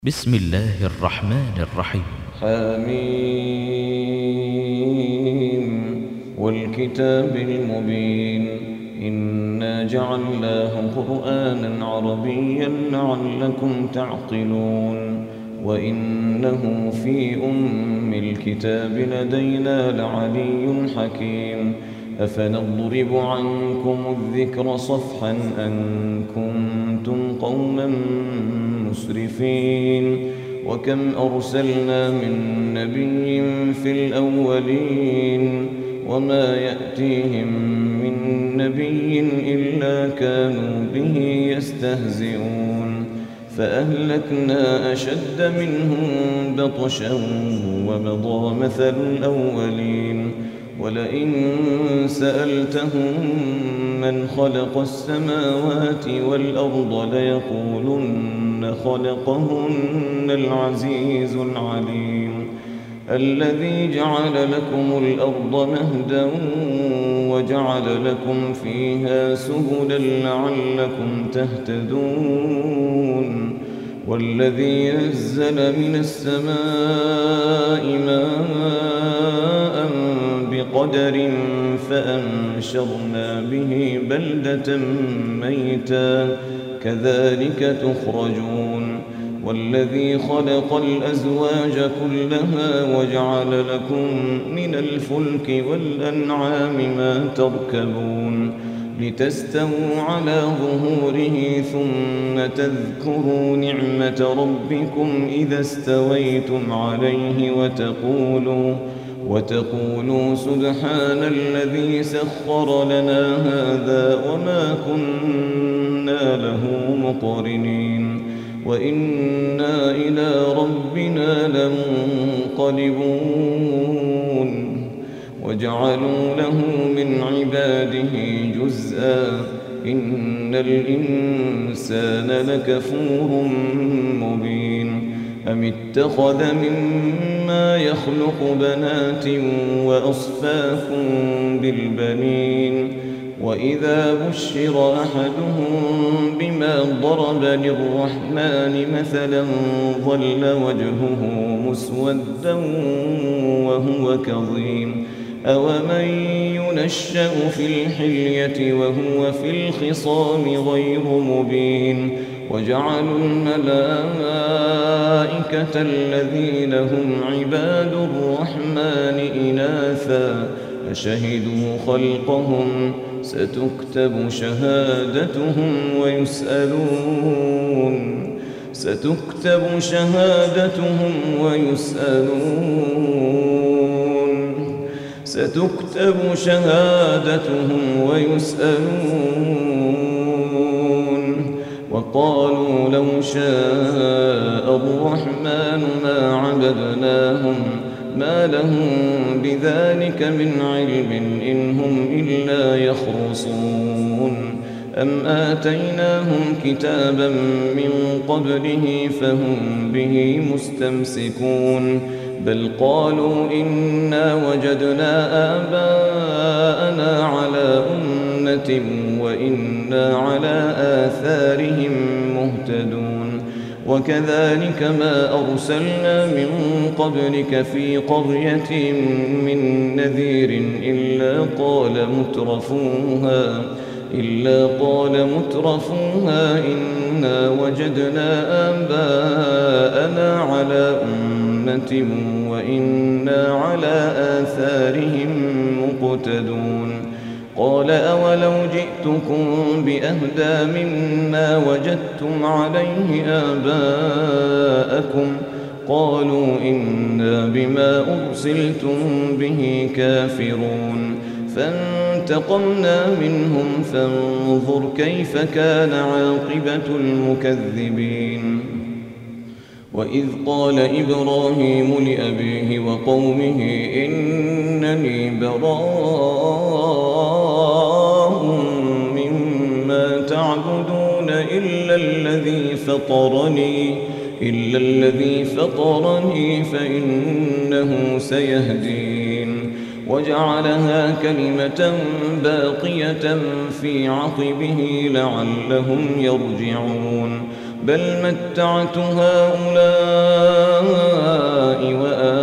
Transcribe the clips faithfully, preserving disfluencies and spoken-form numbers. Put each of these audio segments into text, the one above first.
بسم الله الرحمن الرحيم. حميم والكتاب المبين إنا جعلناه قرآنا عربيا لعلكم تعقلون وإنه في أم الكتاب لدينا لعلي حكيم أفنضرب عنكم الذكر صفحا أن كنتم قوما مسرفين وكم أرسلنا من نبي في الأولين وما يأتيهم من نبي إلا كانوا به يستهزئون فأهلكنا أشد منهم بطشا ومضى مثل الأولين ولئن سألتهم من خلق السماوات والأرض ليقولن خلقهن العزيز العليم الذي جعل لكم الأرض مهدا وجعل لكم فيها سبلا لعلكم تهتدون والذي نزل من السماء ماء بقدر فأنشرنا به بلدة ميتا كذلك تخرجون والذي خلق الأزواج كلها وجعل لكم من الفلك والأنعام ما تركبون لتستووا على ظهوره ثم تذكروا نعمة ربكم إذا استويتم عليه وتقولوا وتقولوا سبحان الذي سخر لنا هذا وما كنا له مقرنين وإنا إلى ربنا لمنقلبون وجعلوا له من عباده جزءا إن الإنسان لكفور مبين أم اتخذ مما يخلق بنات وأصفاكم بالبنين وإذا بشر أحدهم بما ضرب للرحمن مثلا ظل وجهه مسودا وهو كظيم أومن ينشأ في الحلية وهو في الخصام غير مبين وجعلوا الملائكة الذين هم عباد الرحمن إناثا أشهدوا خلقهم ستكتب شهادتهم ويسألون ستكتب شهادتهم ويسألون ستكتب شهادتهم ويسألون وقالوا لو شاء الرحمن ما عبدناهم ما لهم بذلك من علم إن هم إلا يخرصون أم آتيناهم كتابا من قبله فهم به مستمسكون بل قالوا إنا وجدنا آباءنا على أمة وإنا على آثارهم مهتدون وكذلك ما أرسلنا من قبلك في قرية من نذير إلا قال مترفوها إلا قال مترفوها إنا وجدنا آباءنا على أمة وإنا على آثارهم مقتدون قال أولو جئتكم بأهدى مما وجدتم عليه آباءكم قالوا إنا بما أرسلتم به كافرون فانتقمنا منهم فانظر كيف كان عاقبة المكذبين وإذ قال إبراهيم لأبيه وقومه إنني براء مما تعبدون إلا الذي فطرني إلا الذي فطرني فإنه سيهدين وجعلها كلمة باقية في عقبه لعلهم يرجعون بل متعت هؤلاء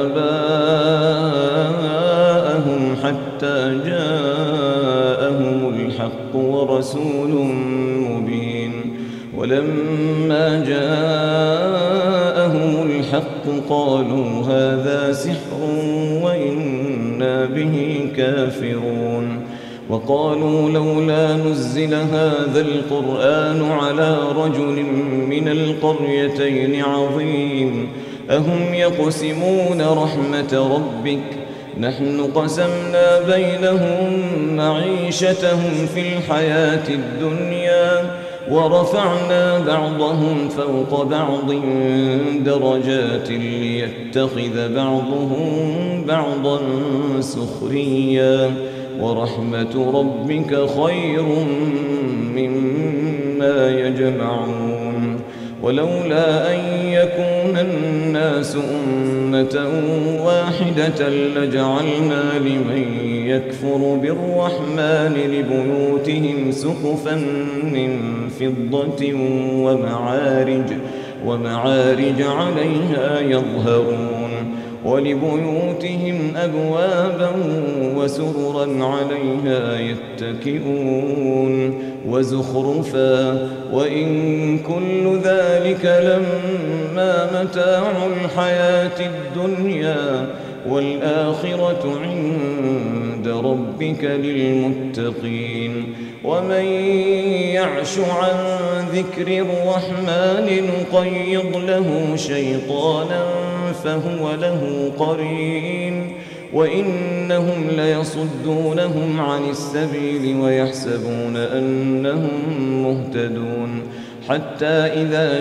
وآباءهم حتى جاءهم الحق ورسول مبين ولما جاءهم الحق قالوا هذا سحر وإنا به كافرون وقالوا لولا نزل هذا القرآن على رجل من القريتين عظيم أهم يقسمون رحمة ربك نحن قسمنا بينهم معيشتهم في الحياة الدنيا ورفعنا بعضهم فوق بعض درجات ليتخذ بعضهم بعضا سخريا ورحمة ربك خير مما يجمعون ولولا أن يكون الناس أمة واحدة لجعلنا لمن يكفر بالرحمن لبيوتهم سقفا من فضة ومعارج ومعارج عليها يظهرون ولبيوتهم أبوابا وسررا عليها يتكئون وزخرفا وإن كل ذلك لما متاع الحياة الدنيا والآخرة عند ربك للمتقين ومن يعش عن ذكر الرحمن نقيض له شيطانا فهو له قرين وإنهم ليصدونهم عن السبيل ويحسبون أنهم مهتدون حتى إذا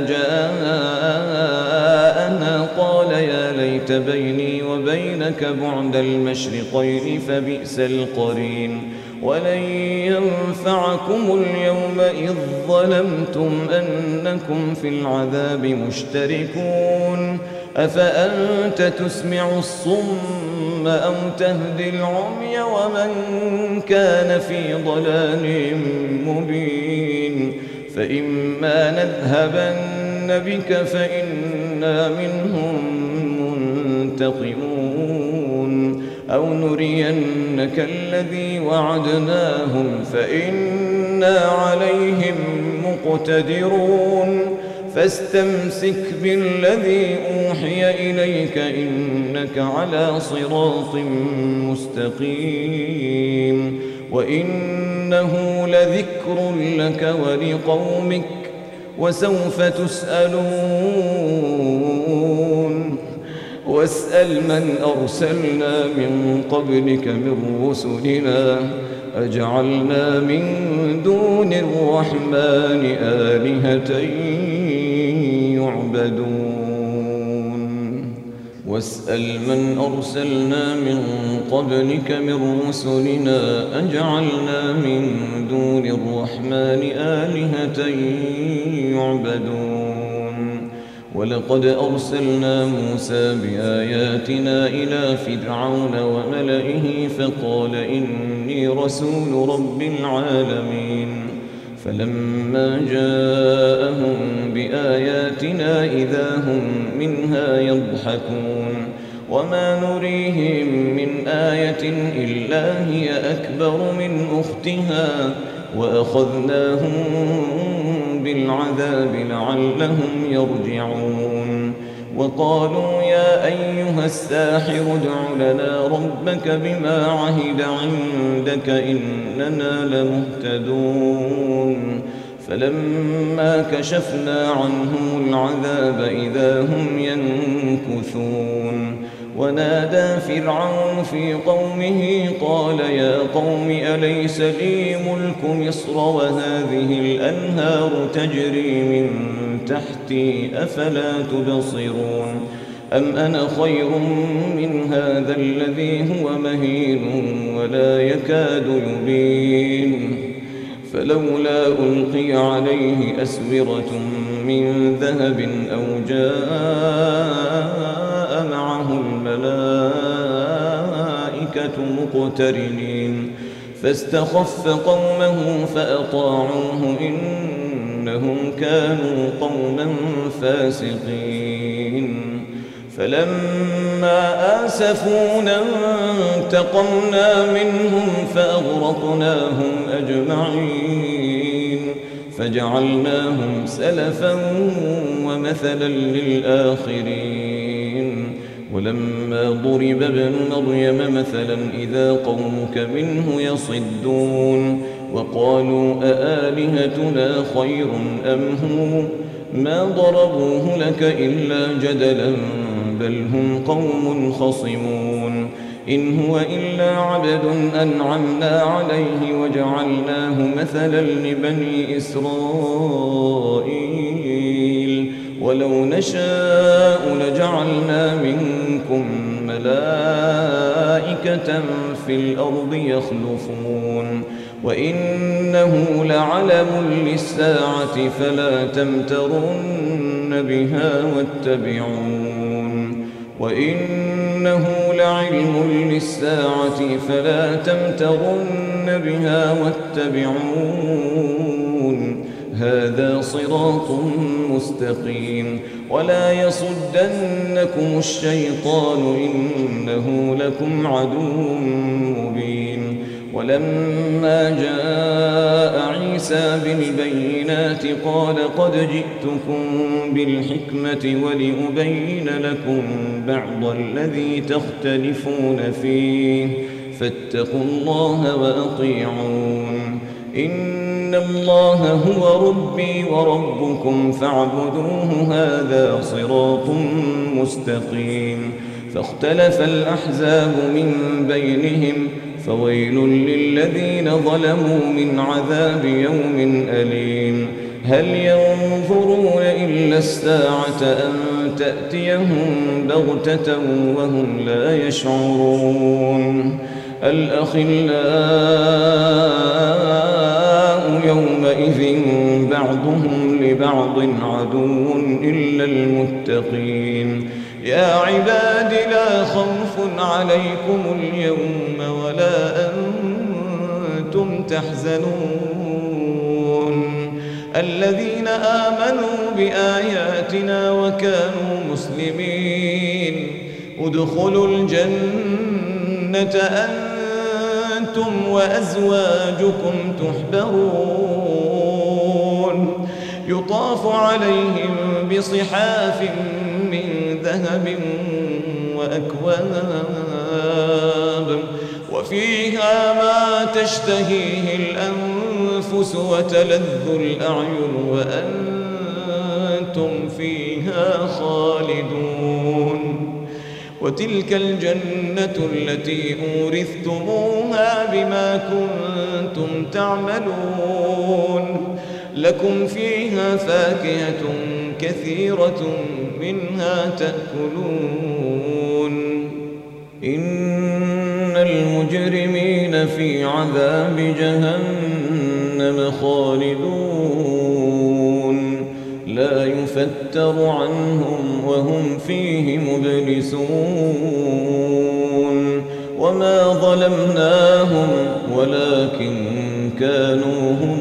جاءنا قال يا ليت بيني وبينك بعد المشرقين فبئس القرين ولن ينفعكم اليوم إذ ظلمتم أنكم في العذاب مشتركون أفأنت تسمع الصم أو تهدي العمي ومن كان في ضلال مبين فإما نذهبن بك فإنا منهم منتقمون أو نرينك الذي وعدناهم فإنا عليهم مقتدرون فاستمسك بالذي أوحي إليك إنك على صراط مستقيم وإنه لذكر لك ولقومك وسوف تسألون واسأل من أرسلنا من قبلك من رسلنا أجعلنا من دون الرحمن آلهة يعبدون واسأل من أرسلنا من قبلك من رسلنا أجعلنا من دون الرحمن آلهة يعبدون ولقد أرسلنا موسى بآياتنا إلى فرعون وملئه فقال إني رسول رب العالمين فلما جاءهم بآياتنا إذا هم منها يضحكون وما نريهم من آية إلا هي أكبر من أختها وأخذناهم بالعذاب لعلهم يرجعون وقالوا يا أيها الساحر ادع لنا ربك بما عهد عندك إننا لمهتدون فلما كشفنا عنهم العذاب إذا هم ينكثون ونادى فرعون في قومه قال يا قوم أليس لي ملك مصر وهذه الأنهار تجري من تحتي أفلا تبصرون أم أنا خير من هذا الذي هو مهين ولا يكاد يبين فلولا ألقي عليه أسورة من ذهب أو جاء معه الملائكة مقترنين فاستخف قومه فأطاعوه إنهم إنهم كانوا قوما فاسقين فلما آسفونا انتقمنا منهم فأغرقناهم أجمعين فجعلناهم سلفا ومثلا للآخرين ولما ضرب ابن مريم مثلا إذا قومك منه يصدون وقالوا أآلهتنا خير أم هو ما ضربوه لك إلا جدلا بل هم قوم خصمون إن هو إلا عبد أنعمنا عليه وجعلناه مثلا لبني إسرائيل ولو نشاء لجعلنا منكم ملائكة في الأرض يخلفون وإنه لعلم للساعة فلا تمترن بها واتبعون وإنه لعلم للساعة فلا تمترن بها واتبعون هذا صراط مستقيم ولا يصدنكم الشيطان إنه لكم عدو مبين ولما جاء عيسى بالبينات قال قد جئتكم بالحكمة ولأبين لكم بعض الذي تختلفون فيه فاتقوا الله وأطيعون إن الله هو ربي وربكم فاعبدوه هذا صراط مستقيم فاختلف الأحزاب من بينهم فويل للذين ظلموا من عذاب يوم أليم هل ينظرون إلا الساعة أن تأتيهم بغتة وهم لا يشعرون الأخلاء يومئذ بعضهم لبعض عدو إلا المتقين يا عباد لا خوف عليكم اليوم ولا أنتم تحزنون الذين آمنوا بآياتنا وكانوا مسلمين ادخلوا الجنة أنتم وأزواجكم تحبرون يطاف عليهم بصحاف من ذهب وأكواب وفيها ما تشتهيه الأنفس وتلذ الأعين وأنتم فيها خالدون وتلك الجنة التي أورثتموها بما كنتم تعملون لكم فيها فاكهة كثيرة منها تأكلون إن المجرمين في عذاب جهنم خالدون لا يفتر عنهم وهم فيه مبلسون وما ظلمناهم ولكن كانوا هم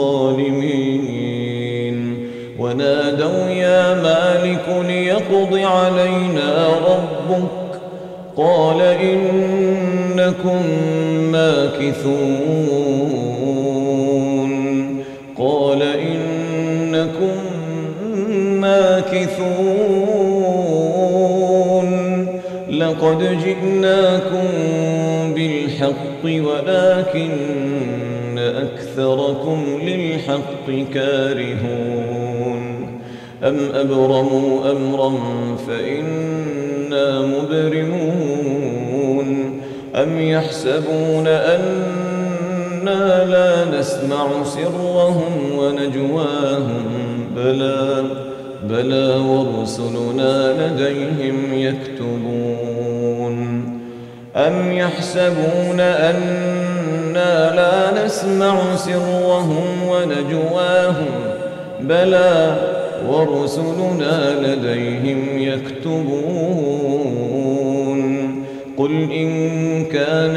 الظالمين ونادوا يا مالك ليقض علينا ربك قال إنكم ماكثون قال إنكم ماكثون لقد جئناكم بالحق ولكن أكثركم للحق كارهون أم أبرموا أمرا فإنا مبرمون أم يحسبون أنا لا نسمع سرهم ونجواهم بلى بلى ورسلنا لديهم يكتبون أم يحسبون أنا لا نسمع سرهم ونجواهم بلى ورسلنا لديهم يكتبون قل إن كان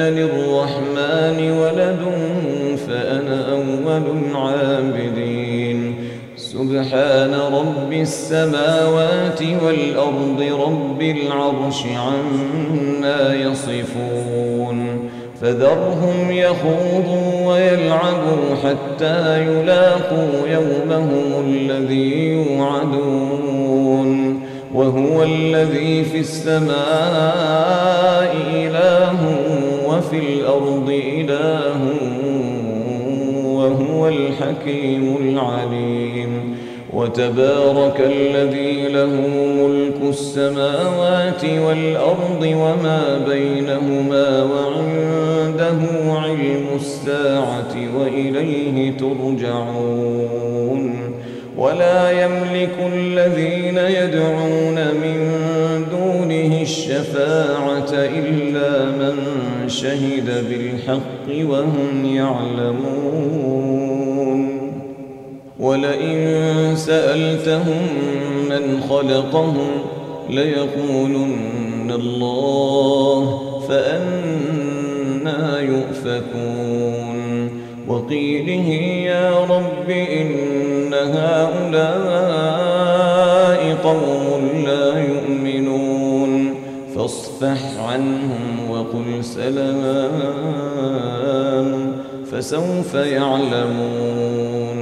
للرحمن ولد فأنا أول العابدين سبحان رب السماوات والأرض رب العرش عما يصفون فذرهم يخوضوا ويلعبوا حتى يلاقوا يومهم الذي يوعدون وهو الذي في السماء إله وفي الأرض إله وهو الحكيم العليم وتبارك الذي له ملك السماوات والأرض وما بينهما وعنده علم الساعة وإليه ترجعون ولا يملك الذين يدعون من دونه الشفاعة إلا من شهد بالحق وهم يعلمون ولئن سألتهم من خلقهم ليقولن الله فأنى يؤفكون وقيله يا رب إن هؤلاء قوم لا يؤمنون فاصفح عنهم وقل سلام فسوف يعلمون